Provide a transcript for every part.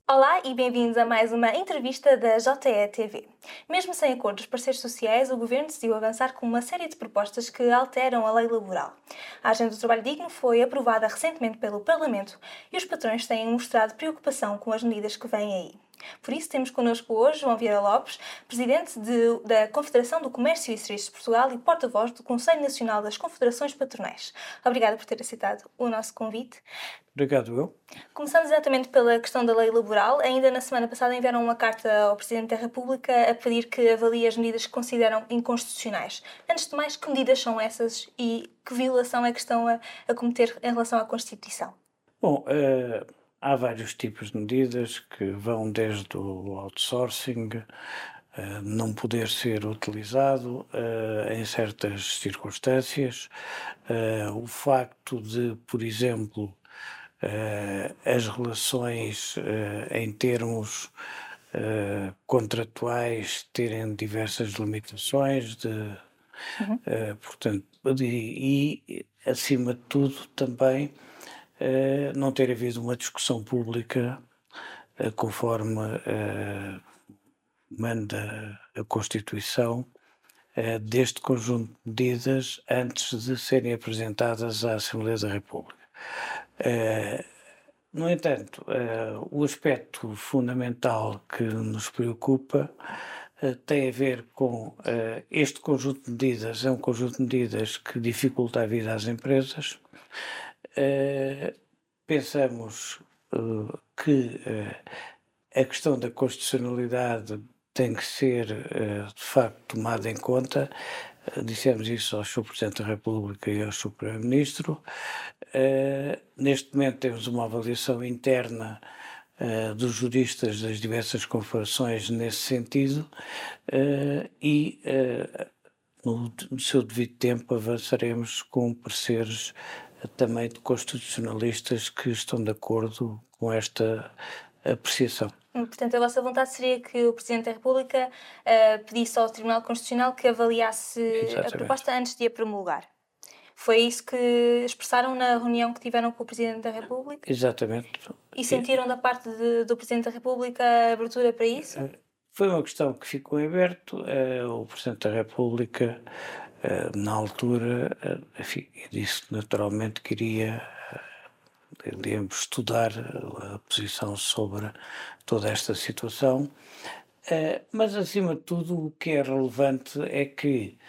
Olá e bem-vindos a mais uma entrevista da JE-TV. Mesmo sem acordo dos parceiros sociais, o Governo decidiu avançar com uma série de propostas que alteram a lei laboral. A Agenda do Trabalho Digno foi aprovada recentemente pelo Parlamento e os patrões têm mostrado preocupação com as medidas que vêm aí. Por isso, temos connosco hoje João Vieira Lopes, presidente da Confederação do Comércio e Serviços de Portugal e porta-voz do Conselho Nacional das Confederações Patronais. Obrigada por ter aceitado o nosso convite. Obrigado, eu. Começando exatamente pela questão da lei laboral, ainda na semana passada enviaram uma carta ao Presidente da República a pedir que avalie as medidas que consideram inconstitucionais. Antes de mais, que medidas são essas e que violação é que estão a cometer em relação à Constituição? Bom, há vários tipos de medidas que vão desde o outsourcing, não poder ser utilizado em certas circunstâncias, o facto de, por exemplo, as relações em termos contratuais terem diversas limitações, Uhum. portanto, acima de tudo também não ter havido uma discussão pública conforme manda a Constituição deste conjunto de medidas antes de serem apresentadas à Assembleia da República. No entanto, o aspecto fundamental que nos preocupa tem a ver com este conjunto de medidas, é um conjunto de medidas que dificulta a vida às empresas. Pensamos que a questão da constitucionalidade tem que ser, de facto, tomada em conta. Dissemos isso ao Sr. Presidente da República e ao Sr. Primeiro-Ministro. Neste momento temos uma avaliação interna dos juristas das diversas confederações nesse sentido e no seu devido tempo avançaremos com pareceres também de constitucionalistas que estão de acordo com esta apreciação. Portanto, a vossa vontade seria que o Presidente da República pedisse ao Tribunal Constitucional que avaliasse a Exatamente. proposta antes de a promulgar. Foi isso que expressaram na reunião que tiveram com o Presidente da República? Exatamente. E sentiram da parte do Presidente da República a abertura para isso? Foi uma questão que ficou em aberto. O Presidente da República, na altura, enfim, disse naturalmente que iria estudar a posição sobre toda esta situação. Mas, acima de tudo, o que é relevante é que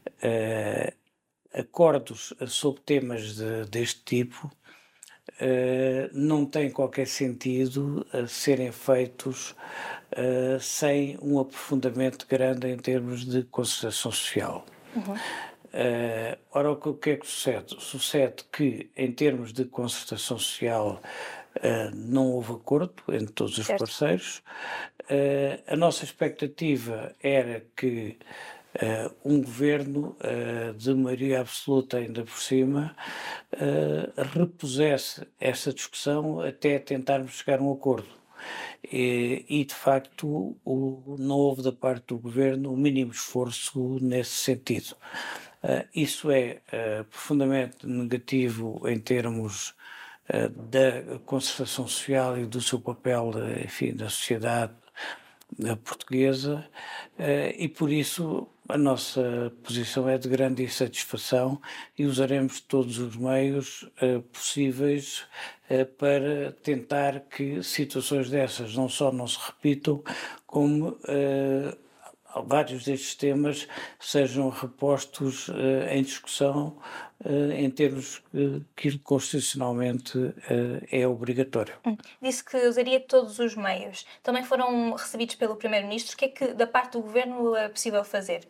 acordos sobre temas deste tipo não têm qualquer sentido serem feitos sem um aprofundamento grande em termos de concertação social. Uhum. Ora, o que é que sucede? Sucede que, em termos de concertação social, não houve acordo entre todos os Certo. parceiros. A nossa expectativa era que um governo de maioria absoluta, ainda por cima, repusesse essa discussão até tentarmos chegar a um acordo. E de facto, não houve da parte do governo o mínimo esforço nesse sentido. Isso é profundamente negativo em termos da concertação social e do seu papel, enfim, na sociedade portuguesa, e por isso a nossa posição é de grande insatisfação e usaremos todos os meios possíveis para tentar que situações dessas não só não se repitam, como vários destes temas sejam repostos em discussão em termos que constitucionalmente é obrigatório. Disse que usaria todos os meios. Também foram recebidos pelo Primeiro-Ministro. O que é que, da parte do Governo, é possível fazer?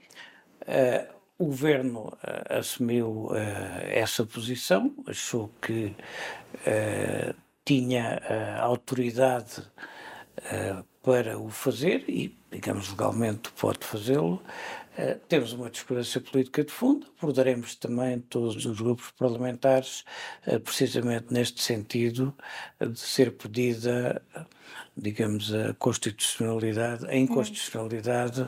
O governo assumiu essa posição, achou que tinha autoridade para o fazer e, digamos, legalmente pode fazê-lo. Temos uma discordância política de fundo, abordaremos também todos os grupos parlamentares, precisamente neste sentido, de ser pedida, digamos, a inconstitucionalidade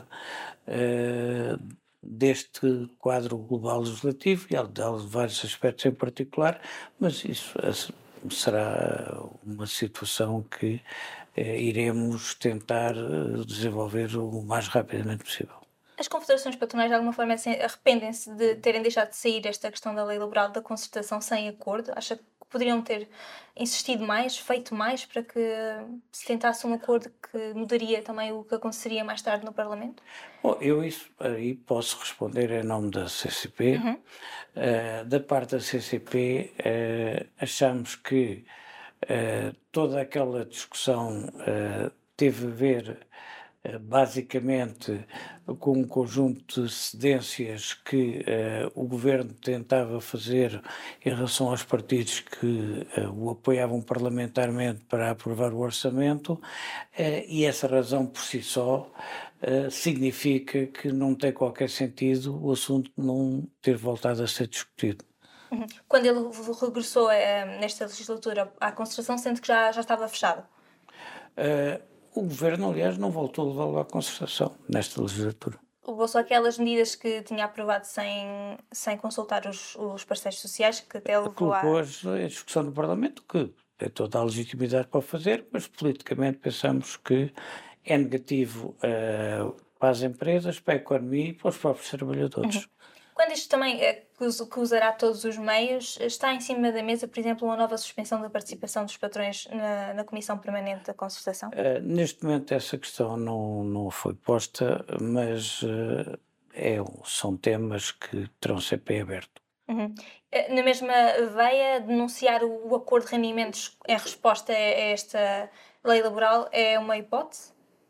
deste quadro global legislativo e de vários aspectos em particular, mas isso será uma situação que iremos tentar desenvolver o mais rapidamente possível. As confederações patronais, de alguma forma, arrependem-se de terem deixado de sair esta questão da lei laboral da concertação sem acordo? Acha que poderiam ter insistido mais, feito mais, para que se tentasse um acordo que mudaria também o que aconteceria mais tarde no Parlamento? Bom, eu isso aí posso responder em nome da CCP. Uhum. Da parte da CCP, achamos que toda aquela discussão teve a ver basicamente com um conjunto de cedências que o governo tentava fazer em relação aos partidos que o apoiavam parlamentarmente para aprovar o orçamento, e essa razão por si só significa que não tem qualquer sentido o assunto não ter voltado a ser discutido. Uhum. Quando ele regressou nesta legislatura à concertação, sente que já estava fechado? O governo, aliás, não voltou a levá-lo à concertação nesta legislatura. Houve só aquelas medidas que tinha aprovado sem consultar os parceiros sociais, que até levou Colocou a... a discussão no Parlamento, que tem toda a legitimidade para o fazer, mas politicamente pensamos que é negativo para as empresas, para a economia e para os próprios trabalhadores. Uhum. Quando isto também que usará todos os meios, está em cima da mesa, por exemplo, uma nova suspensão da participação dos patrões na Comissão Permanente da Concertação? Neste momento essa questão não foi posta, mas são temas que terão sempre em aberto. Uhum. Na mesma veia, denunciar o acordo de rendimentos em resposta a esta lei laboral é uma hipótese?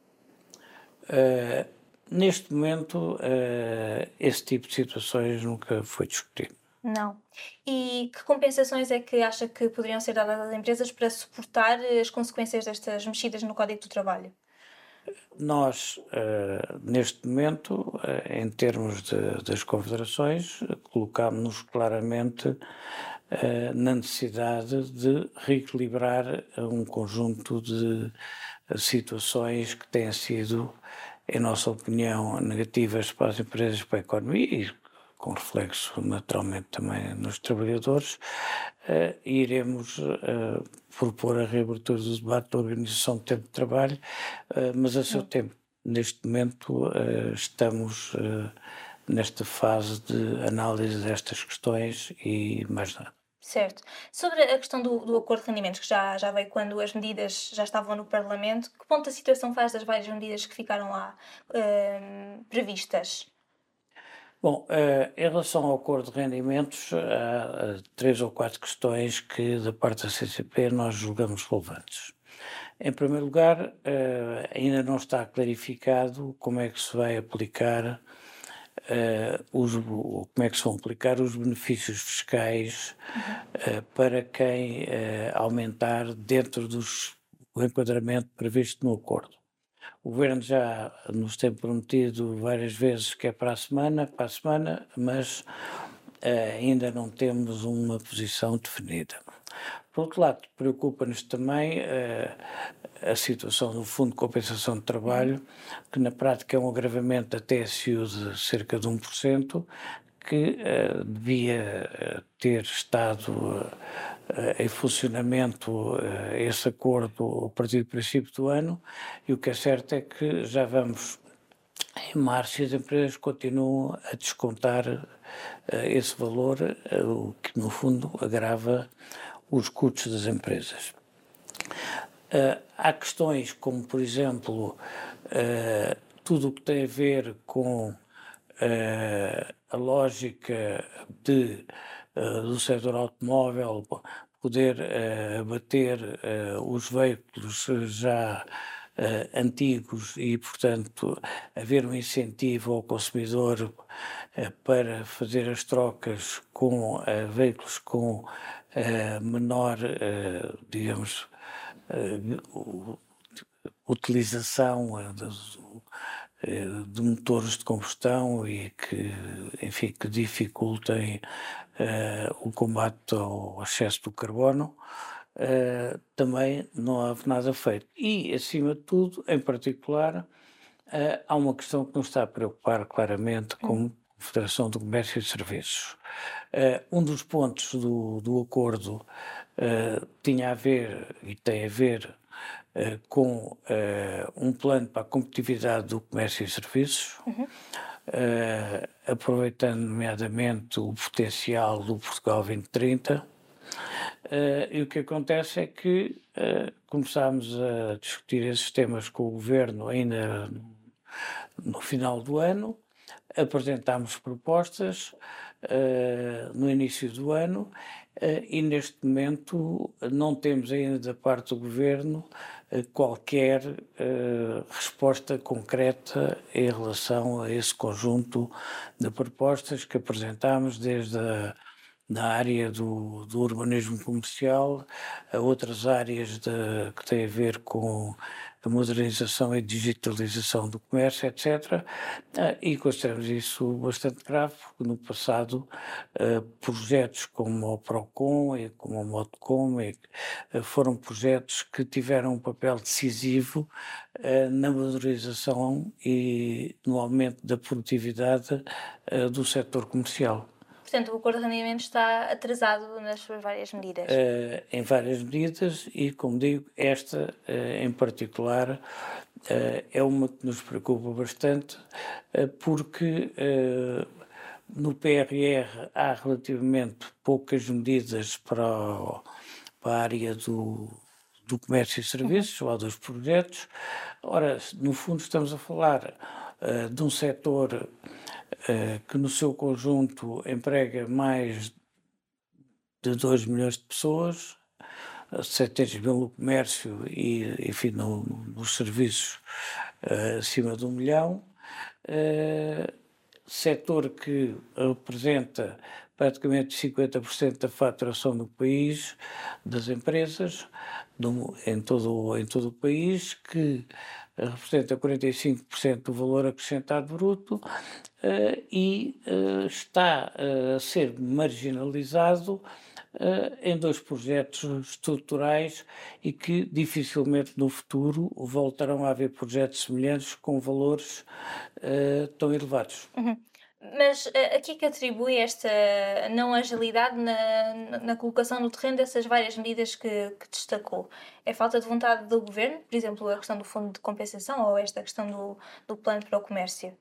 Neste momento, esse tipo de situações nunca foi discutido. Não. E que compensações é que acha que poderiam ser dadas às empresas para suportar as consequências destas mexidas no Código do Trabalho? Nós, neste momento, em termos das confederações, colocámos-nos claramente na necessidade de reequilibrar um conjunto de situações que têm sido, em nossa opinião, negativas para as empresas, para a economia e com reflexo naturalmente também nos trabalhadores, e iremos propor a reabertura do debate da organização do tempo de trabalho, mas a seu tempo. Neste momento estamos nesta fase de análise destas questões e mais nada. Certo. Sobre a questão do acordo de rendimentos, que já veio quando as medidas já estavam no Parlamento, que ponto a situação faz das várias medidas que ficaram lá previstas? Bom, em relação ao acordo de rendimentos, há 3 ou 4 questões que, da parte da CCP, nós julgamos relevantes. Em primeiro lugar, ainda não está clarificado como é que se vai aplicar como é que se vão aplicar os benefícios fiscais para quem aumentar dentro do enquadramento previsto no acordo. O Governo já nos tem prometido várias vezes que é para a semana, mas ainda não temos uma posição definida. Por outro lado, preocupa-nos também a situação do Fundo de Compensação de Trabalho, que na prática é um agravamento da TSU de cerca de 1%, que devia ter estado em funcionamento esse acordo a partir do princípio do ano, e o que é certo é que já vamos em março e as empresas continuam a descontar esse valor, o que no fundo agrava os custos das empresas. Há questões como, por exemplo, tudo o que tem a ver com a lógica do setor automóvel poder abater os veículos já antigos e, portanto, haver um incentivo ao consumidor para fazer as trocas com veículos com menor, digamos, utilização de motores de combustão e que, enfim, que dificultem o combate ao excesso do carbono, também não há nada feito. E, acima de tudo, em particular, há uma questão que nos está a preocupar claramente como Federação do Comércio e Serviços. Um dos pontos do acordo tinha a ver e tem a ver com um plano para a competitividade do comércio e serviços, aproveitando nomeadamente o potencial do Portugal 2030. E o que acontece é que começámos a discutir esses temas com o Governo ainda no final do ano, apresentámos propostas no início do ano e neste momento não temos ainda da parte do Governo qualquer resposta concreta em relação a esse conjunto de propostas que apresentámos desde na área do urbanismo comercial, a outras áreas que têm a ver com a modernização e digitalização do comércio, etc. E consideramos isso bastante grave, porque no passado projetos como o Procon e como o Motocom foram projetos que tiveram um papel decisivo na modernização e no aumento da produtividade do setor comercial. Portanto, o acordo de rendimento está atrasado nas suas várias medidas. Em várias medidas e, como digo, esta em particular é uma que nos preocupa bastante porque no PRR há relativamente poucas medidas para a área do comércio e serviços, ou há dois projetos. Ora, no fundo estamos a falar de um setor que no seu conjunto emprega mais de 2 milhões de pessoas, 700 mil no comércio e, enfim, nos serviços acima de 1 milhão. Setor que representa praticamente 50% da faturação do país, das empresas, em todo o país, que representa 45% do valor acrescentado bruto e está a ser marginalizado em dois projetos estruturais e que dificilmente no futuro voltarão a haver projetos semelhantes com valores tão elevados. Mas a que é que atribui esta não agilidade na colocação no terreno dessas várias medidas que destacou? É falta de vontade do Governo, por exemplo, a questão do fundo de compensação ou esta questão do plano para o comércio?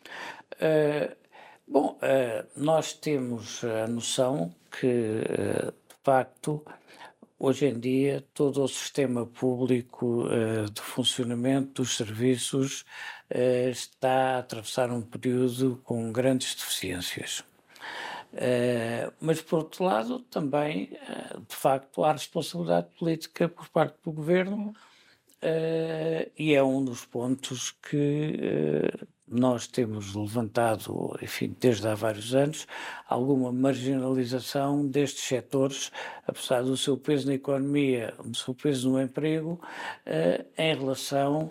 Nós temos a noção que, de facto, hoje em dia, todo o sistema público de funcionamento dos serviços está a atravessar um período com grandes deficiências. Mas, por outro lado, também, de facto, há responsabilidade política por parte do Governo e é um dos pontos que nós temos levantado, enfim, desde há vários anos, alguma marginalização destes setores, apesar do seu peso na economia, do seu peso no emprego, em relação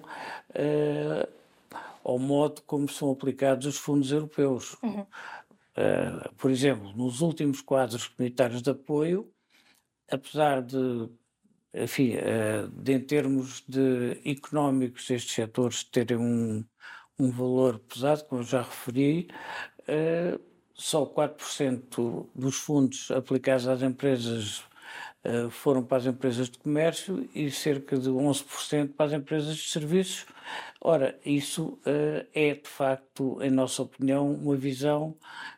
ao modo como são aplicados os fundos europeus. Por exemplo, nos últimos quadros comunitários de apoio, apesar de, enfim, em termos económicos, estes setores terem um valor pesado, como eu já referi, só 4% dos fundos aplicados às empresas foram para as empresas de comércio e cerca de 11% para as empresas de serviços. Ora, isso é, de facto, em nossa opinião, uma visão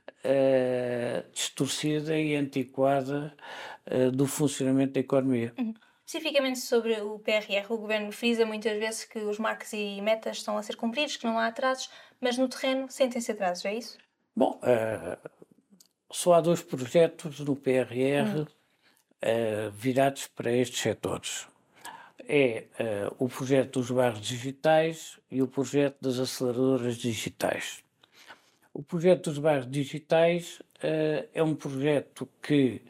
distorcida e antiquada do funcionamento da economia. Especificamente sobre o PRR, o Governo frisa muitas vezes que os marcos e metas estão a ser cumpridos, que não há atrasos, mas no terreno sentem-se atrasos, é isso? Bom, só há dois projetos no PRR virados para estes setores. É o projeto dos bairros digitais e o projeto das aceleradoras digitais. O projeto dos bairros digitais é um projeto que,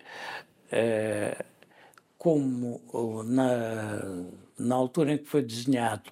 como na altura em que foi desenhado,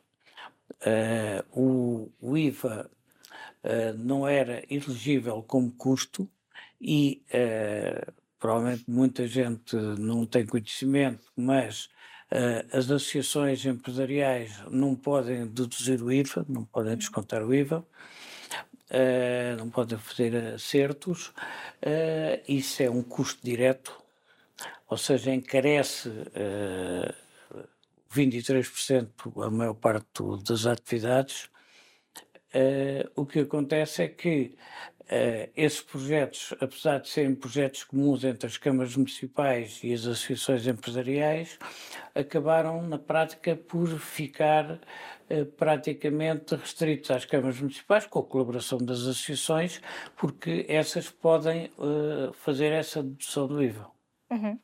o IVA não era elegível como custo e provavelmente muita gente não tem conhecimento, mas as associações empresariais não podem deduzir o IVA, não podem descontar o IVA, não podem fazer acertos, isso é um custo direto, ou seja, encarece 23% a maior parte das atividades. O que acontece é que esses projetos, apesar de serem projetos comuns entre as câmaras municipais e as associações empresariais, acabaram na prática por ficar praticamente restritos às câmaras municipais, com a colaboração das associações, porque essas podem fazer essa dedução do IVA. Uhum.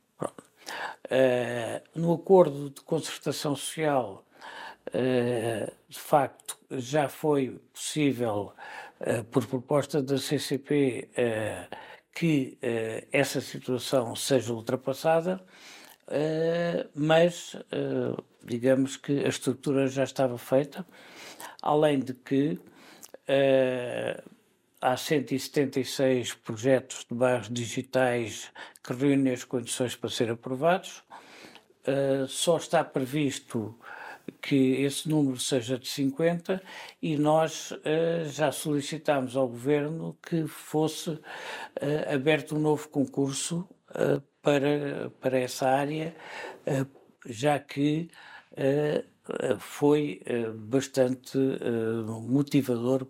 No acordo de concertação social, de facto, já foi possível, por proposta da CCP, que essa situação seja ultrapassada, mas digamos que a estrutura já estava feita, além de que há 176 projetos de bairros digitais que reúnem as condições para ser aprovados. Só está previsto que esse número seja de 50 e nós já solicitámos ao Governo que fosse aberto um novo concurso para essa área, já que foi bastante motivador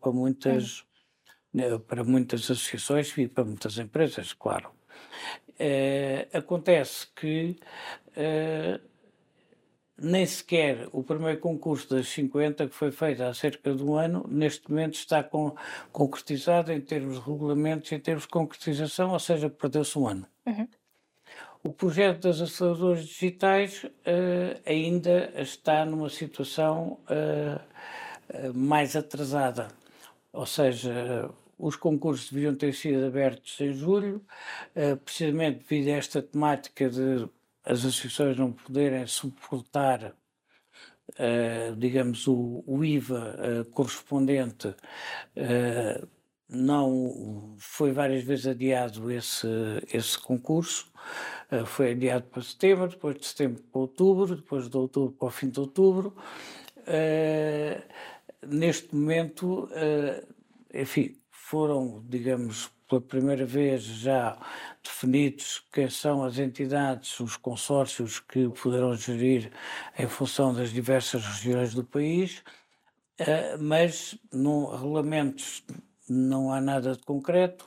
para muitas associações e para muitas empresas, claro. Acontece que nem sequer o primeiro concurso das 50, que foi feito há cerca de um ano, neste momento está concretizado em termos de regulamentos, em termos de concretização, ou seja, perdeu-se um ano. Uhum. O projeto das aceleradoras digitais ainda está numa situação mais atrasada, ou seja, os concursos deviam ter sido abertos em julho, precisamente devido a esta temática de as associações não poderem suportar, digamos, o IVA correspondente. Não foi várias vezes adiado esse concurso, foi adiado para setembro, depois de setembro para outubro, depois de outubro para o fim de outubro. Neste momento, enfim, foram, digamos, pela primeira vez já definidos quem são as entidades, os consórcios que poderão gerir em função das diversas regiões do país, mas no regulamentos não há nada de concreto.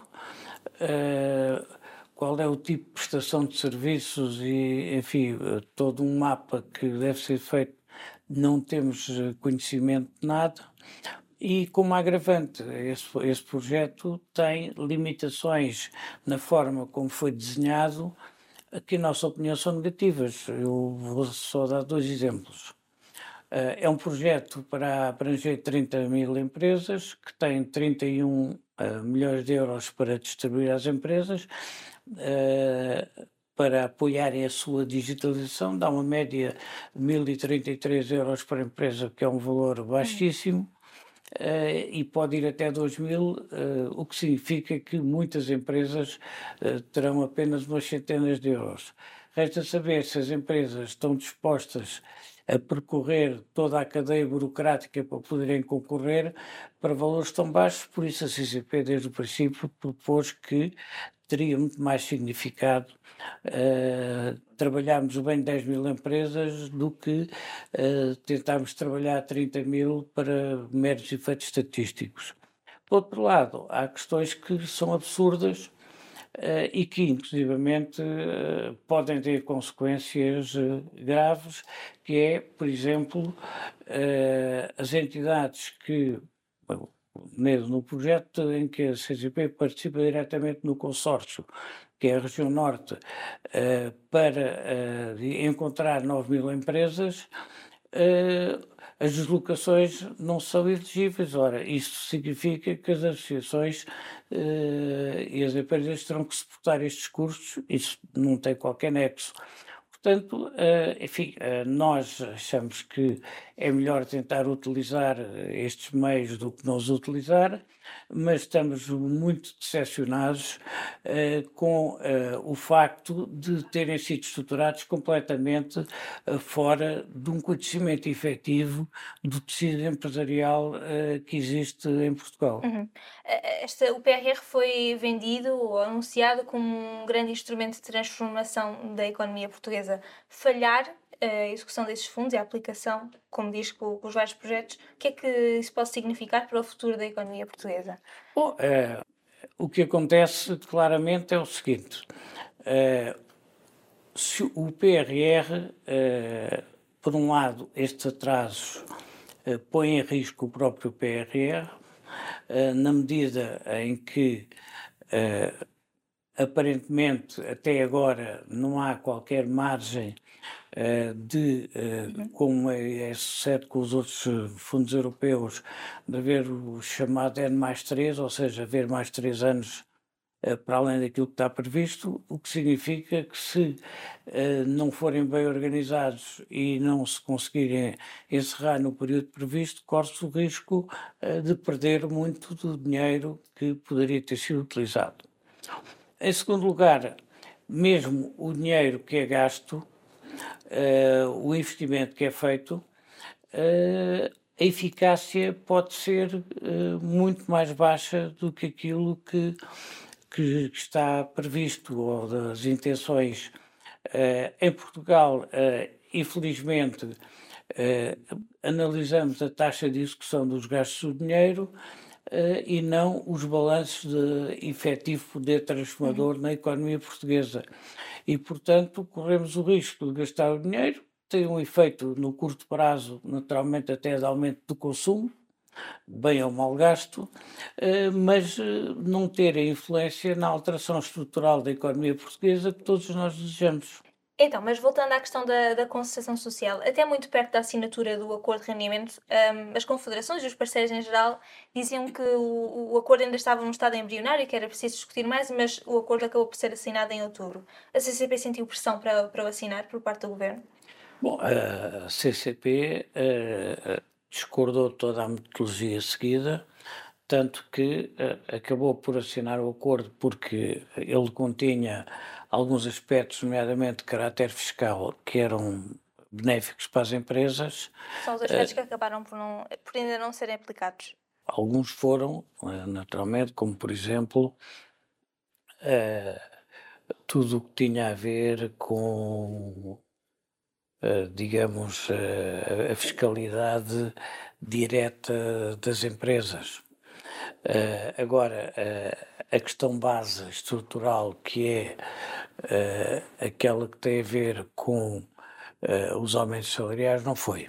Qual é o tipo de prestação de serviços e, enfim, todo um mapa que deve ser feito, não temos conhecimento de nada. E como agravante, esse projeto tem limitações na forma como foi desenhado, que, na nossa opinião, são negativas. Eu vou só dar dois exemplos. É um projeto para abranger 30 mil empresas, que tem 31 milhões de euros para distribuir às empresas, para apoiarem a sua digitalização, dá uma média de 1.033 euros por empresa, que é um valor baixíssimo. E pode ir até 2.000, o que significa que muitas empresas terão apenas umas centenas de euros. Resta saber se as empresas estão dispostas a percorrer toda a cadeia burocrática para poderem concorrer para valores tão baixos, por isso a CCP desde o princípio propôs que teria muito mais significado trabalharmos bem 10 mil empresas do que tentarmos trabalhar 30 mil para meros efeitos estatísticos. Por outro lado, há questões que são absurdas e que, inclusivamente, podem ter consequências graves, que é, por exemplo, as entidades que, no projeto em que a CGP participa diretamente no consórcio, que é a região norte, para encontrar 9.000 empresas, as deslocações não são elegíveis. Ora, isso significa que as associações e as empresas terão que suportar estes custos, isso não tem qualquer nexo. Portanto, enfim, nós achamos que é melhor tentar utilizar estes meios do que não os utilizar, mas estamos muito decepcionados com o facto de terem sido estruturados completamente fora de um conhecimento efetivo do tecido empresarial que existe em Portugal. Uhum. O PRR foi vendido ou anunciado como um grande instrumento de transformação da economia portuguesa. Falhar a execução desses fundos e a aplicação, como diz, com os vários projetos, o que é que isso pode significar para o futuro da economia portuguesa? Bom, o que acontece claramente é o seguinte: eh, se o PRR, por um lado, estes atrasos põem em risco o próprio PRR, na medida em que aparentemente até agora não há qualquer margem como é sucede com os outros fundos europeus, de haver o chamado N mais 3, ou seja, haver mais 3 anos para além daquilo que está previsto, o que significa que se não forem bem organizados e não se conseguirem encerrar no período previsto, corre-se o risco de perder muito do dinheiro que poderia ter sido utilizado. Em segundo lugar, mesmo o dinheiro que é gasto, o investimento que é feito, a eficácia pode ser muito mais baixa do que aquilo que está previsto, ou das intenções. Em Portugal, infelizmente, analisamos a taxa de execução dos gastos do dinheiro e não os balanços de efetivo poder transformador na economia portuguesa. E, portanto, corremos o risco de gastar o dinheiro, tem um efeito no curto prazo, naturalmente até de aumento do consumo, bem ou mal gasto, mas não ter a influência na alteração estrutural da economia portuguesa que todos nós desejamos. Então, mas voltando à questão da concertação social, até muito perto da assinatura do acordo de rendimento, as confederações e os parceiros em geral diziam que o acordo ainda estava num estado embrionário e que era preciso discutir mais, mas o acordo acabou por ser assinado em outubro. A CCP sentiu pressão para o assinar por parte do governo? Bom, a CCP discordou de toda a metodologia seguida, tanto que acabou por assinar o acordo porque ele continha alguns aspectos, nomeadamente de caráter fiscal, que eram benéficos para as empresas. São os aspectos que acabaram por ainda não serem aplicados. Alguns foram, naturalmente, como por exemplo, tudo o que tinha a ver com, digamos, a fiscalidade direta das empresas. Agora, a questão base estrutural, que é aquela que tem a ver com os aumentos salariais, não foi.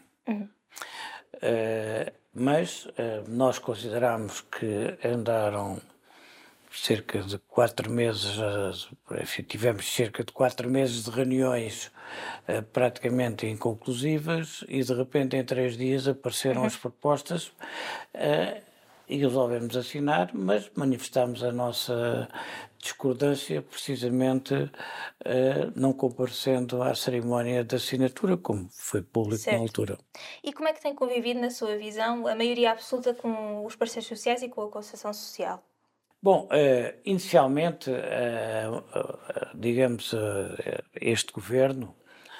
Mas nós consideramos que andaram cerca de 4 meses, enfim, tivemos cerca de 4 meses de reuniões praticamente inconclusivas e de repente em 3 dias apareceram as propostas e resolvemos assinar, mas manifestámos a nossa discordância precisamente não comparecendo à cerimónia de assinatura, como foi público na Certo. altura. E como é que tem convivido, na sua visão, a maioria absoluta com os parceiros sociais e com a concertação social? Bom, inicialmente, digamos, este governo,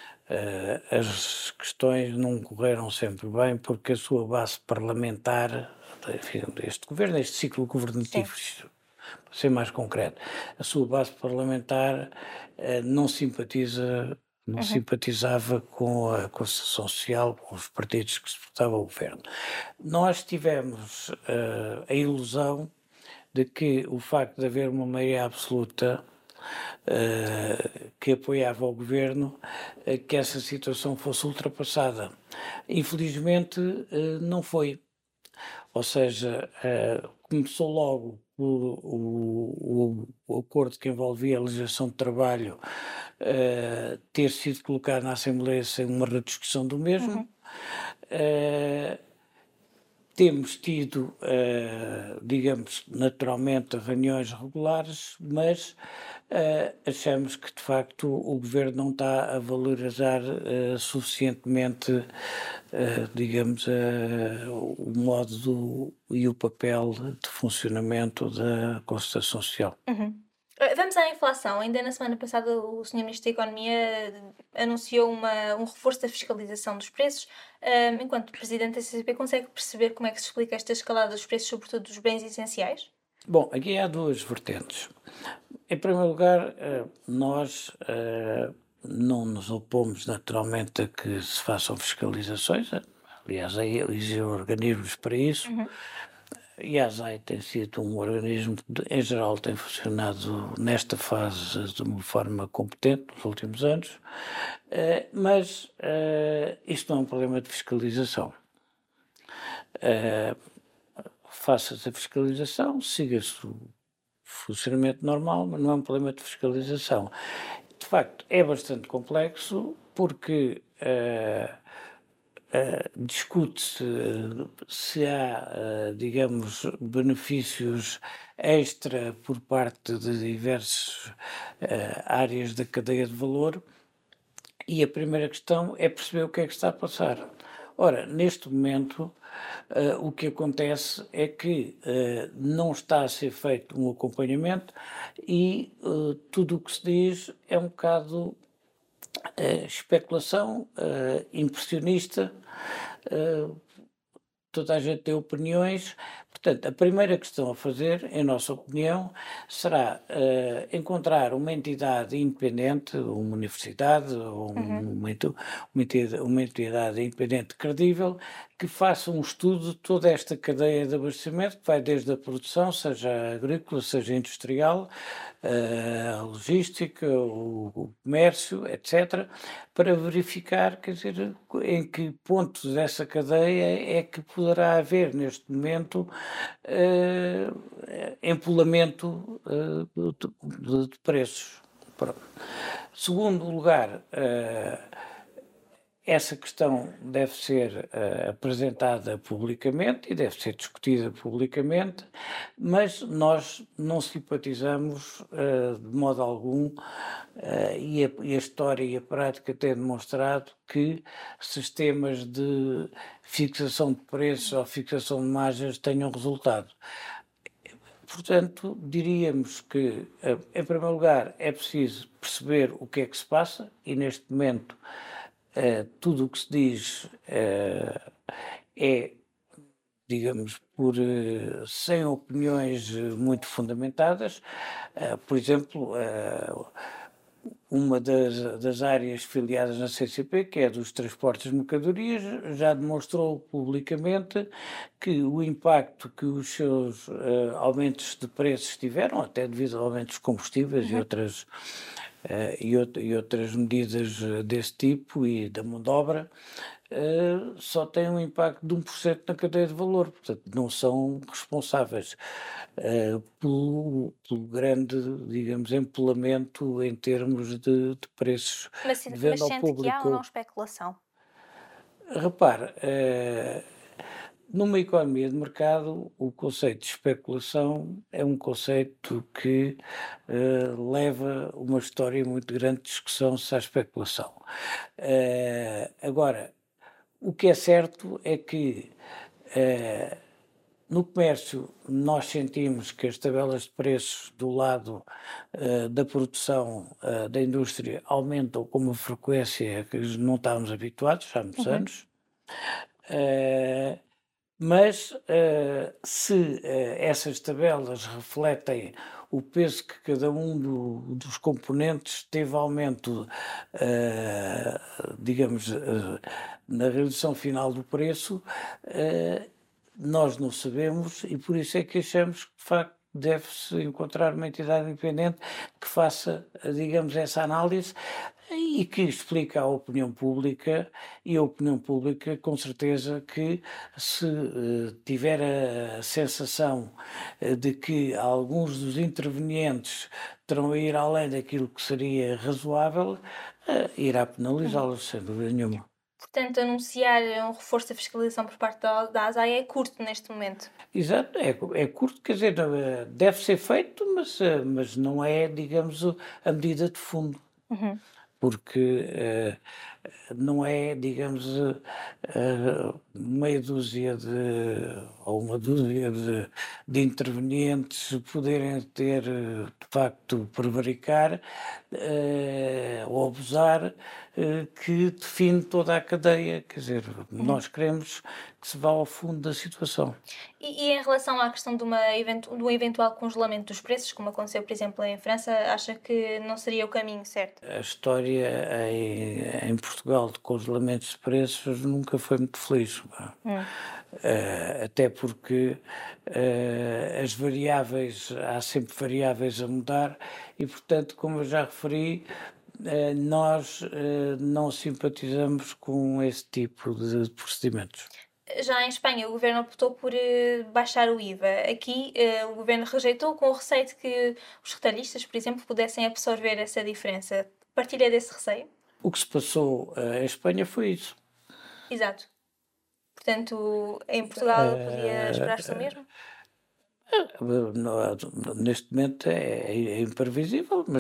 as questões não correram sempre bem porque a sua base parlamentar, enfim, este governo, este ciclo governativo, para ser mais concreto, a sua base parlamentar não simpatiza, não simpatizava com a Constituição Social, com os partidos que suportavam o governo. Nós tivemos a ilusão de que o facto de haver uma maioria absoluta que apoiava o governo, que essa situação fosse ultrapassada. Infelizmente, não foi. Ou seja, começou logo o acordo que envolvia a legislação de trabalho ter sido colocado na Assembleia sem uma rediscussão do mesmo. Temos tido, digamos, naturalmente reuniões regulares, mas achamos que de facto o governo não está a valorizar suficientemente, digamos, o modo e o papel de funcionamento da concertação social. Vamos à inflação. Ainda na semana passada o Sr. Ministro da Economia anunciou um reforço da fiscalização dos preços. Enquanto Presidente da CCP, consegue perceber como é que se explica esta escalada dos preços, sobretudo dos bens essenciais? Bom, aqui há duas vertentes. Em primeiro lugar, nós não nos opomos naturalmente a que se façam fiscalizações, aliás, existem organismos para isso, e a ASAI tem sido um organismo que, em geral, tem funcionado nesta fase de uma forma competente nos últimos anos, mas isto não é um problema de fiscalização. Faça-se a fiscalização, siga-se o funcionamento normal, mas não é um problema de fiscalização. De facto, é bastante complexo porque discute-se se há, digamos, benefícios extra por parte de diversas áreas da cadeia de valor, e a primeira questão é perceber o que é que está a passar. Ora, neste momento, o que acontece é que não está a ser feito um acompanhamento e tudo o que se diz é um bocado especulação impressionista, toda a gente tem opiniões. Portanto, a primeira questão a fazer, em nossa opinião, será encontrar uma entidade independente, uma universidade ou uma entidade independente credível, que faça um estudo de toda esta cadeia de abastecimento, que vai desde a produção, seja agrícola, seja industrial, a logística, o comércio, etc., para verificar, quer dizer, em que pontos dessa cadeia é que poderá haver neste momento empolamento de preços. Pronto. Segundo lugar, essa questão deve ser apresentada publicamente e deve ser discutida publicamente, mas nós não simpatizamos de modo algum, e a história e a prática têm demonstrado que sistemas de fixação de preços ou fixação de margens tenham resultado. Portanto, diríamos que, em primeiro lugar, é preciso perceber o que é que se passa e, neste momento, tudo o que se diz é, digamos, sem opiniões muito fundamentadas. Por exemplo, uma das áreas filiadas na CCP, que é dos transportes de mercadorias, já demonstrou publicamente que o impacto que os seus aumentos de preços tiveram, até devido a aumentos de combustíveis e outras medidas desse tipo e da mão de obra, só tem um impacto de 1% na cadeia de valor, portanto não são responsáveis pelo grande, digamos, empolamento em termos de preços de Mas venda ao sente que há ou não público. especulação? Repare, numa economia de mercado, o conceito de especulação é um conceito que leva uma história muito grande de discussão se há especulação. Agora, o que é certo é que no comércio nós sentimos que as tabelas de preços do lado da produção da indústria aumentam com uma frequência que não estávamos habituados há muitos anos. Mas se essas tabelas refletem o peso que cada um dos componentes teve aumento, digamos, na realização final do preço, nós não sabemos e por isso é que achamos que, de facto, deve-se encontrar uma entidade independente que faça, digamos, essa análise e que explica à opinião pública, e a opinião pública, com certeza, que se tiver a sensação de que alguns dos intervenientes terão a ir além daquilo que seria razoável, irá penalizá-los, sem dúvida nenhuma. Portanto, anunciar um reforço da fiscalização por parte da ASAI é curto neste momento. Exato, é curto, quer dizer, deve ser feito, mas não é, digamos, a medida de fundo. Porque não é, digamos, meia dúzia ou uma dúzia de intervenientes poderem ter, de facto, prevaricar ou abusar, que define toda a cadeia. Quer dizer, nós queremos que se vá ao fundo da situação. E em relação à questão de do eventual congelamento dos preços, como aconteceu, por exemplo, em França, acha que não seria o caminho certo? A história história em Portugal de congelamentos de preços nunca foi muito feliz. Até porque as variáveis, há sempre variáveis a mudar e, portanto, como eu já referi, nós não simpatizamos com esse tipo de procedimentos. Já em Espanha, o governo optou por baixar o IVA. Aqui, o governo rejeitou com o receio de que os retalhistas, por exemplo, pudessem absorver essa diferença. Partilha desse receio? O que se passou em Espanha foi isso. Exato. Portanto, em Portugal podia esperar-se o mesmo? Neste momento é imprevisível, mas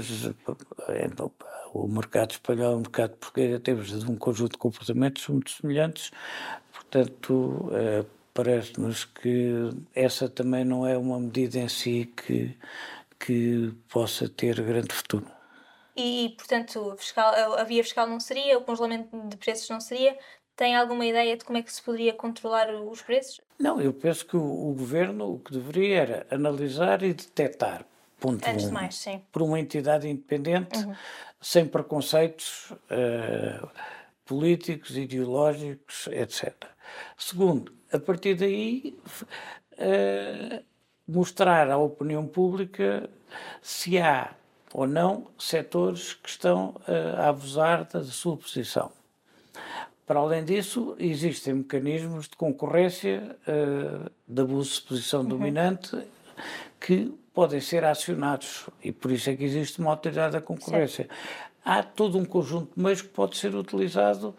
o mercado espanhol e o mercado português temos um conjunto de comportamentos muito semelhantes, portanto, parece-nos que essa também não é uma medida em si que possa ter grande futuro. Portanto, a via fiscal não seria, o congelamento de preços não seria. Tem alguma ideia de como é que se poderia controlar os preços? Não, eu penso que o governo o que deveria era analisar e detectar, ponto Antes de 1, mais, sim. por uma entidade independente, sem preconceitos políticos, ideológicos, etc. Segundo, a partir daí, mostrar à opinião pública se há ou não setores que estão a abusar da sua posição. Para além disso, existem mecanismos de concorrência, de abuso de posição dominante, que podem ser acionados e por isso é que existe uma autoridade da concorrência. Há todo um conjunto de meios que pode ser utilizado,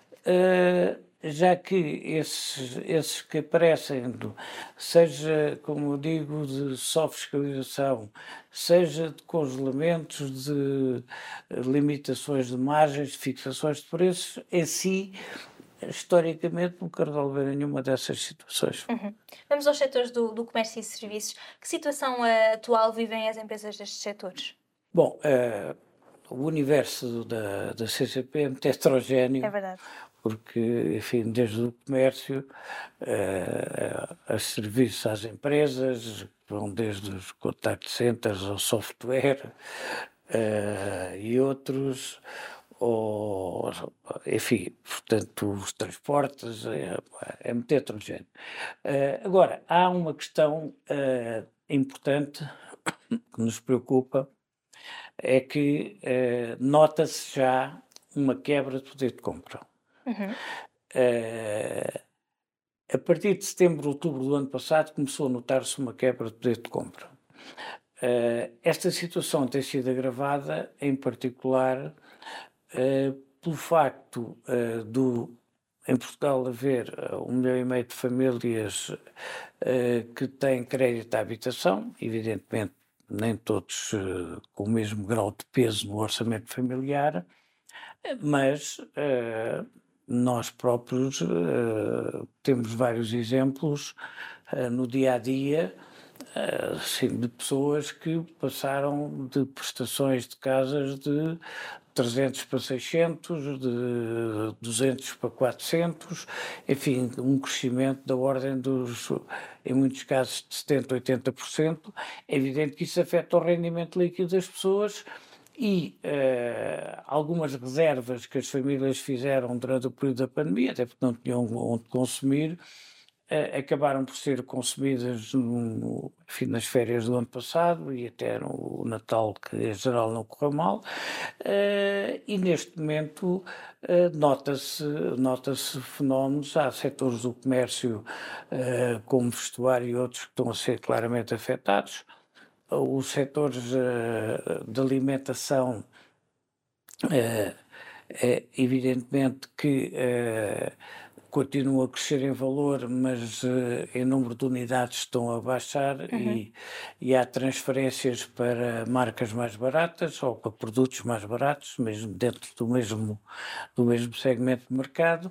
já que esses que aparecem, seja, como eu digo, de só fiscalização, seja de congelamentos, de limitações de margens, de fixações de preços, em si, historicamente, nunca resolveram nenhuma dessas situações. Vamos aos setores do comércio e serviços. Que situação atual vivem as empresas destes setores? Bom, o universo da CCP é muito heterogéneo. É verdade. Porque, enfim, desde o comércio a serviços às empresas, vão desde os contact centers ao software e outros, ou, enfim, portanto, os transportes, é muito heterogéneo. Agora, há uma questão importante que nos preocupa, é que nota-se já uma quebra de poder de compra. A partir de setembro, outubro do ano passado, começou a notar-se uma quebra de poder de compra. Esta situação tem sido agravada, em particular, pelo facto em Portugal haver 1,5 milhão de famílias que têm crédito à habitação, evidentemente nem todos com o mesmo grau de peso no orçamento familiar, mas nós próprios temos vários exemplos no dia a dia de pessoas que passaram de prestações de casas de 300 para 600, de 200 para 400, enfim, um crescimento da ordem dos, em muitos casos, de 70%, 80%. É evidente que isso afeta o rendimento líquido das pessoas e algumas reservas que as famílias fizeram durante o período da pandemia, até porque não tinham onde consumir, acabaram por ser consumidas enfim, nas férias do ano passado e até no Natal, que em geral não correu mal, e neste momento nota-se fenómenos, há setores do comércio como vestuário e outros que estão a ser claramente afetados. Os setores de alimentação, evidentemente que continuam a crescer em valor, mas em número de unidades estão a baixar e há transferências para marcas mais baratas ou para produtos mais baratos, mesmo dentro do mesmo segmento de mercado.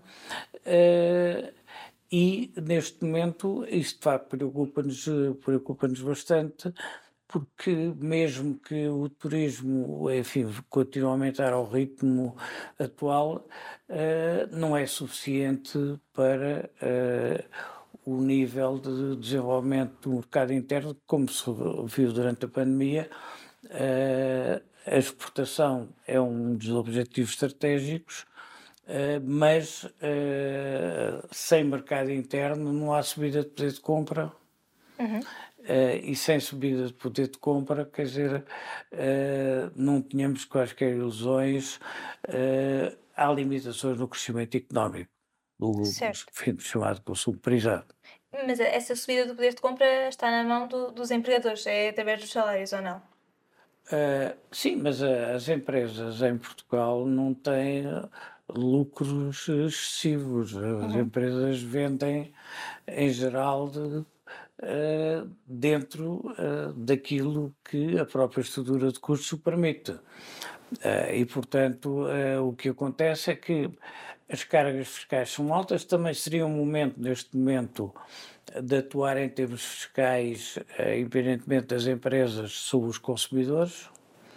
E neste momento isto preocupa-nos bastante, porque mesmo que o turismo, enfim, continue a aumentar ao ritmo atual, não é suficiente para o nível de desenvolvimento do mercado interno, como se viu durante a pandemia, a exportação é um dos objetivos estratégicos, mas sem mercado interno não há subida de poder de compra. E sem subida de poder de compra, quer dizer, não tínhamos quaisquer ilusões, há limitações no crescimento económico, do Certo. chamado consumo privado. Mas essa subida do poder de compra está na mão dos empregadores, é através dos salários ou não? Sim, mas as empresas em Portugal não têm lucros excessivos. As empresas vendem, em geral, dentro daquilo que a própria estrutura de custos o permite. E, portanto, o que acontece é que as cargas fiscais são altas, também seria um momento, neste momento, de atuar em termos fiscais, independentemente das empresas, sobre os consumidores.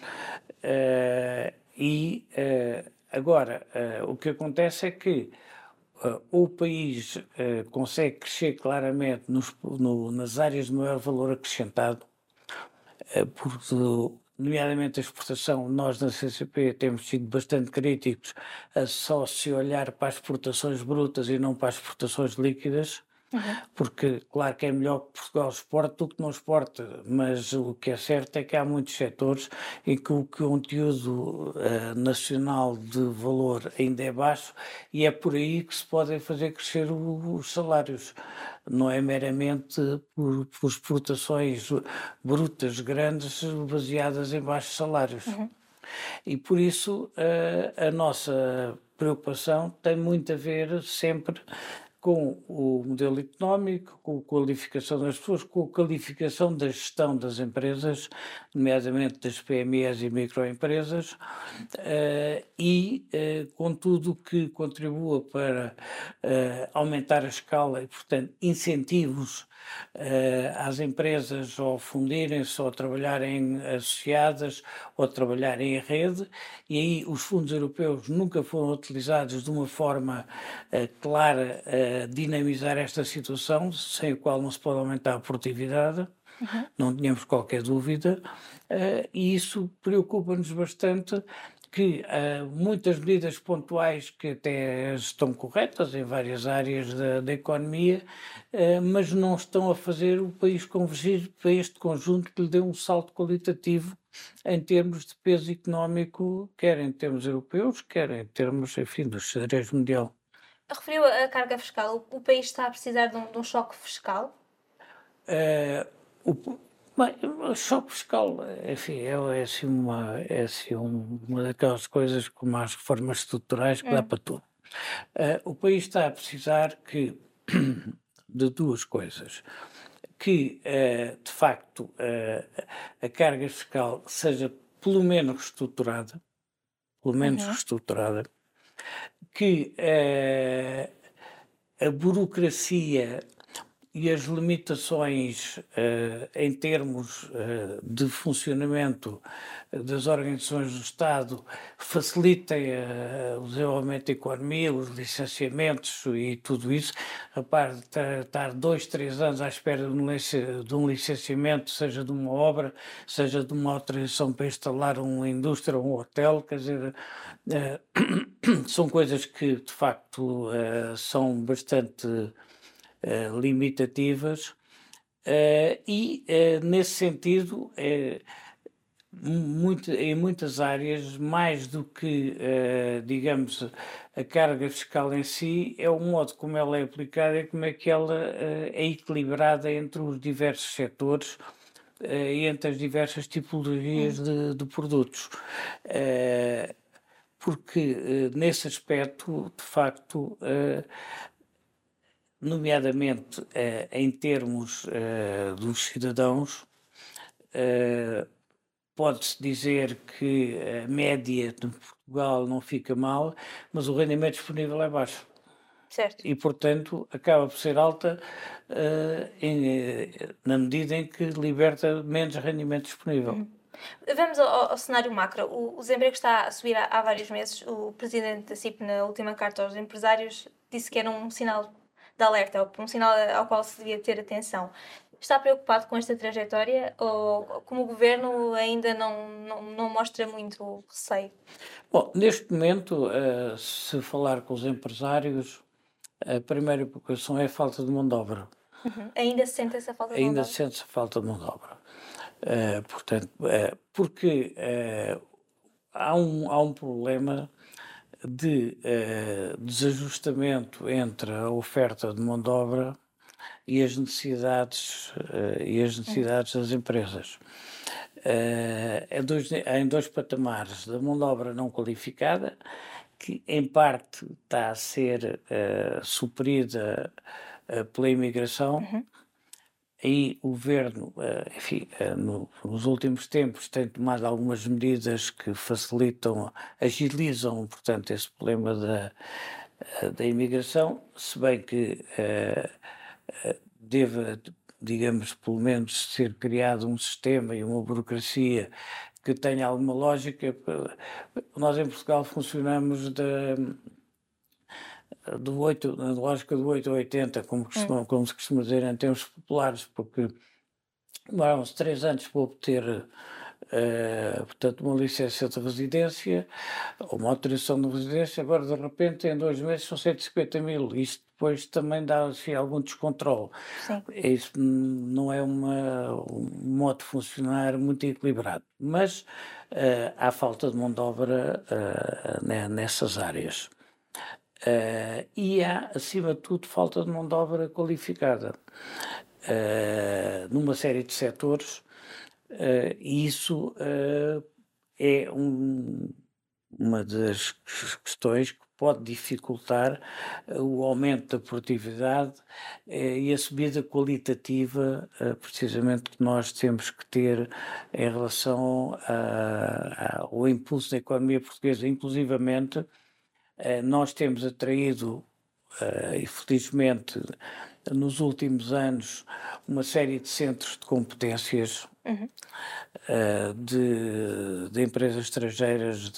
Agora, o que acontece é que o país consegue crescer claramente nas áreas de maior valor acrescentado, porque, nomeadamente a exportação, nós na CCP temos sido bastante críticos a só se olhar para as exportações brutas e não para as exportações líquidas. Porque, claro que é melhor que Portugal exporte do que não exporta, mas o que é certo é que há muitos setores em que o conteúdo nacional de valor ainda é baixo e é por aí que se podem fazer crescer os salários. Não é meramente por exportações brutas grandes baseadas em baixos salários. E por isso a nossa preocupação tem muito a ver sempre com o modelo económico, com a qualificação das pessoas, com a qualificação da gestão das empresas, nomeadamente das PMEs e microempresas, com tudo que contribua para aumentar a escala e, portanto, incentivos às empresas ou fundirem-se ou trabalharem associadas ou trabalharem em rede, e aí os fundos europeus nunca foram utilizados de uma forma clara a dinamizar esta situação, sem o qual não se pode aumentar a produtividade, não tínhamos qualquer dúvida, e isso preocupa-nos bastante, que muitas medidas pontuais que até estão corretas em várias áreas da economia, mas não estão a fazer o país convergir para este conjunto que lhe dê um salto qualitativo em termos de peso económico, quer em termos europeus, quer em termos, enfim, do xadrez mundial. Referiu a carga fiscal. O país está a precisar de um choque fiscal? O, bem, o choque fiscal, enfim, é assim uma daquelas coisas como as reformas estruturais que dá para tudo. O país está a precisar de duas coisas. Que, de facto, a carga fiscal seja pelo menos reestruturada, que a burocracia e as limitações em termos de funcionamento das organizações do Estado facilitem o desenvolvimento da economia, os licenciamentos e tudo isso. A par de estar 2, 3 anos à espera de um licenciamento, seja de uma obra, seja de uma autorização para instalar uma indústria ou um hotel, quer dizer, são coisas que de facto são bastante limitativas, nesse sentido, em muitas áreas, mais do que, digamos, a carga fiscal em si, é o modo como ela é aplicada e como é que ela é equilibrada entre os diversos setores e entre as diversas tipologias de produtos. Porque, nesse aspecto, de facto, nomeadamente em termos dos cidadãos, pode-se dizer que a média de Portugal não fica mal, mas o rendimento disponível é baixo. Certo. E, portanto, acaba por ser alta na medida em que liberta menos rendimento disponível. Vamos ao cenário macro. O desemprego está a subir há vários meses. O presidente da CIP, na última carta aos empresários, disse que era um sinal de alerta, um sinal ao qual se devia ter atenção. Está preocupado com esta trajetória ou como o governo ainda não mostra muito receio? Bom, neste momento, se falar com os empresários, a primeira preocupação é a falta de mão de obra. Uhum. Ainda se sente essa falta de mão de Ainda obra? sente-se a falta de mão de obra. Portanto, porque há um problema de desajustamento entre a oferta de mão de obra e as Uhum. necessidades das empresas. Em dois patamares da mão de obra não qualificada, que em parte está a ser suprida pela imigração. Uhum. Aí o governo, enfim, nos últimos tempos tem tomado algumas medidas que facilitam, agilizam, portanto, esse problema da imigração, se bem que deva, digamos, pelo menos ser criado um sistema e uma burocracia que tenha alguma lógica. Nós em Portugal funcionamos na lógica do 8 a 80, como se costuma dizer em termos populares, porque demoraram-se 3 anos para obter, portanto, uma licença de residência, ou uma autorização de residência, agora de repente em 2 meses são 150.000, isto depois também dá assim, algum descontrole. Sim. Isso não é um modo de funcionar muito equilibrado, mas há falta de mão de obra nessas áreas. E há, acima de tudo, falta de mão de obra qualificada numa série de setores, e isso é uma das questões que pode dificultar o aumento da produtividade e a subida qualitativa, precisamente, que nós temos que ter em relação ao impulso da economia portuguesa. Inclusivamente, nós temos atraído, infelizmente, nos últimos anos, uma série de centros de competências Uhum. de empresas estrangeiras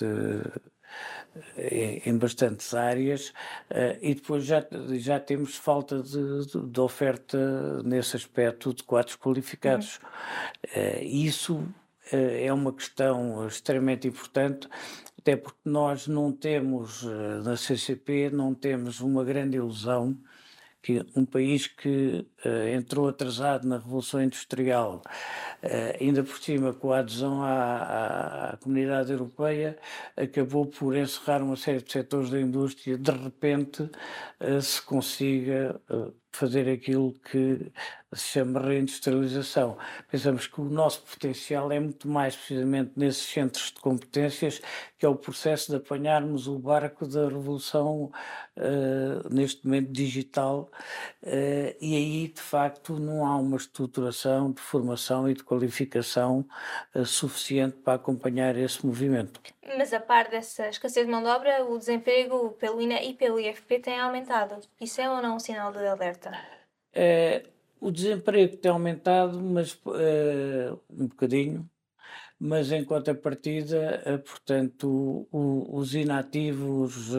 em bastantes áreas, e depois já temos falta de oferta nesse aspecto de quadros Uhum. qualificados. Isso é uma questão extremamente importante, até porque nós não temos, na CCP, não temos uma grande ilusão que um país que entrou atrasado na Revolução Industrial, ainda por cima com a adesão à Comunidade Europeia, acabou por encerrar uma série de setores da indústria, de repente se consiga fazer aquilo que se chama reindustrialização. Pensamos que o nosso potencial é muito mais precisamente nesses centros de competências, que é o processo de apanharmos o barco da revolução, neste momento digital, e aí de facto não há uma estruturação de formação e de qualificação suficiente para acompanhar esse movimento. Mas a par dessa escassez de mão de obra, o desemprego pelo INE e pelo IFP tem aumentado. Isso é ou não um sinal de alerta? Eh, o desemprego tem aumentado, mas um bocadinho, mas em contrapartida, portanto, os inativos,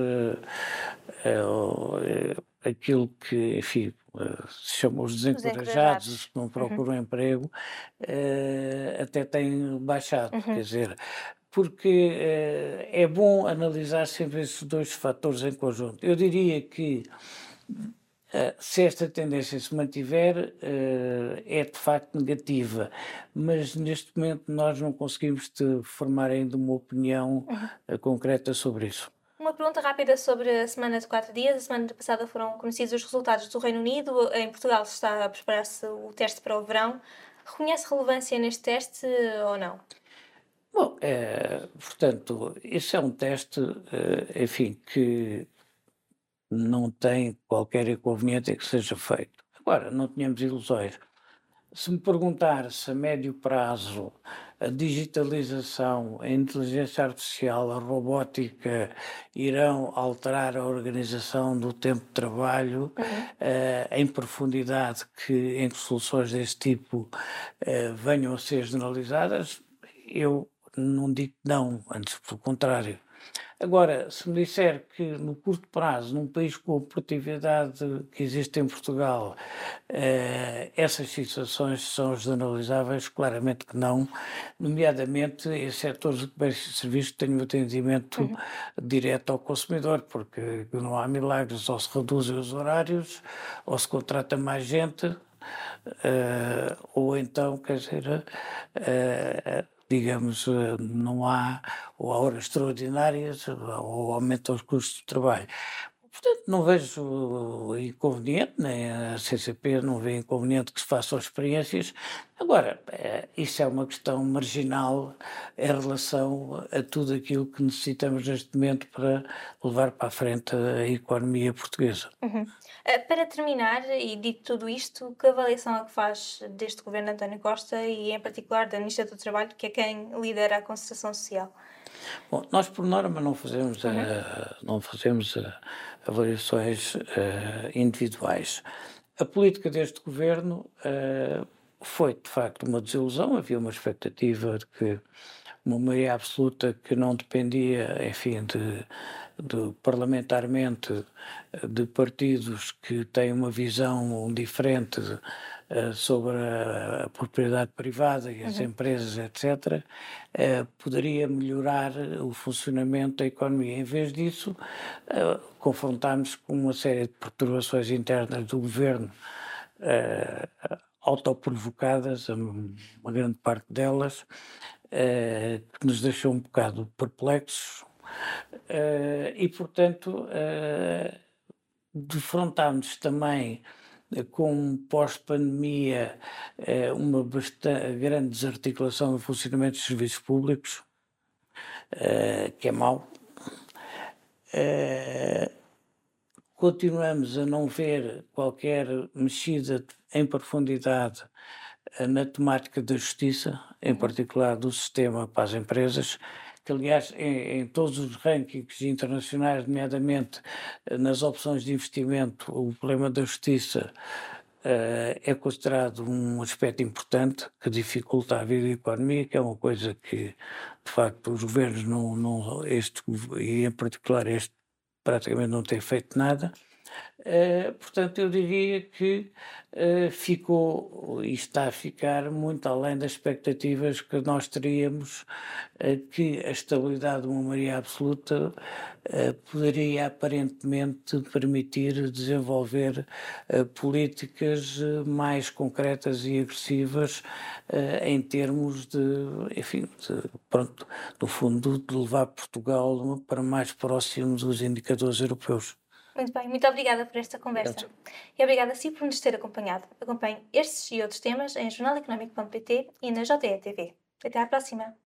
aquilo que, enfim, se chama os Os desencorajados, os encorajados. que não Uhum. procuram emprego, até têm baixado, quer Uhum. dizer, porque é bom analisar sempre esses dois fatores em conjunto. Eu diria que se esta tendência se mantiver, é de facto negativa, mas neste momento nós não conseguimos formar ainda uma opinião Uhum. concreta sobre isso. Uma pergunta rápida sobre a semana de 4 dias. A semana passada foram conhecidos os resultados do Reino Unido. Em Portugal está a preparar-se o teste para o verão. Reconhece relevância neste teste ou não? Bom, portanto, esse é um teste, enfim, que não tem qualquer inconveniente em que seja feito. Agora, não tínhamos ilusões. Se me perguntar se a médio prazo a digitalização, a inteligência artificial, a robótica irão alterar a organização do tempo de trabalho Uhum. em profundidade, em que soluções desse tipo venham a ser generalizadas, eu não digo que não, antes pelo contrário. Agora, se me disser que no curto prazo, num país com a produtividade que existe em Portugal, essas situações são generalizáveis, claramente que não, nomeadamente em setores de comércio e serviços que têm um atendimento Uhum. direto ao consumidor, porque não há milagres, ou se reduzem os horários, ou se contrata mais gente, ou então, quer dizer, digamos, não há ou há horas extraordinárias ou aumentam os custos de trabalho. Portanto, não vejo inconveniente, nem a CCP não vê inconveniente que se façam experiências. Agora, isso é uma questão marginal em relação a tudo aquilo que necessitamos neste momento para levar para a frente a economia portuguesa. Uhum. Para terminar, e dito tudo isto, que avaliação é que faz deste governo de António Costa e, em particular, da Ministra do Trabalho, que é quem lidera a concertação social? Bom, nós por norma não fazemos, Uhum. avaliações individuais. A política deste governo foi de facto uma desilusão, havia uma expectativa de que uma maioria absoluta que não dependia, enfim, de parlamentarmente de partidos que têm uma visão diferente sobre a propriedade privada e as Uhum. empresas, etc., poderia melhorar o funcionamento da economia. Em vez disso, confrontámos com uma série de perturbações internas do governo, eh, autoprovocadas, uma grande parte delas, que nos deixou um bocado perplexos, e, portanto, defrontámos também com pós-pandemia uma grande desarticulação do funcionamento dos serviços públicos, que é mau. Eh, Continuamos a não ver qualquer mexida em profundidade na temática da justiça, em Uhum. particular do sistema para as empresas, que aliás em todos os rankings internacionais, nomeadamente nas opções de investimento, o problema da justiça é considerado um aspecto importante que dificulta a vida da economia, que é uma coisa que, de facto, os governos e em particular este, praticamente não têm feito nada. Portanto, eu diria que ficou e está a ficar muito além das expectativas que nós teríamos, que a estabilidade de uma maioria absoluta poderia aparentemente permitir desenvolver políticas mais concretas e agressivas em termos de, enfim, pronto, no fundo, de levar Portugal para mais próximo dos indicadores europeus. Muito bem, muito obrigada por esta conversa. E obrigada a si por nos ter acompanhado. Acompanhe estes e outros temas em jornaleconómico.pt e na JE TV. Até à próxima!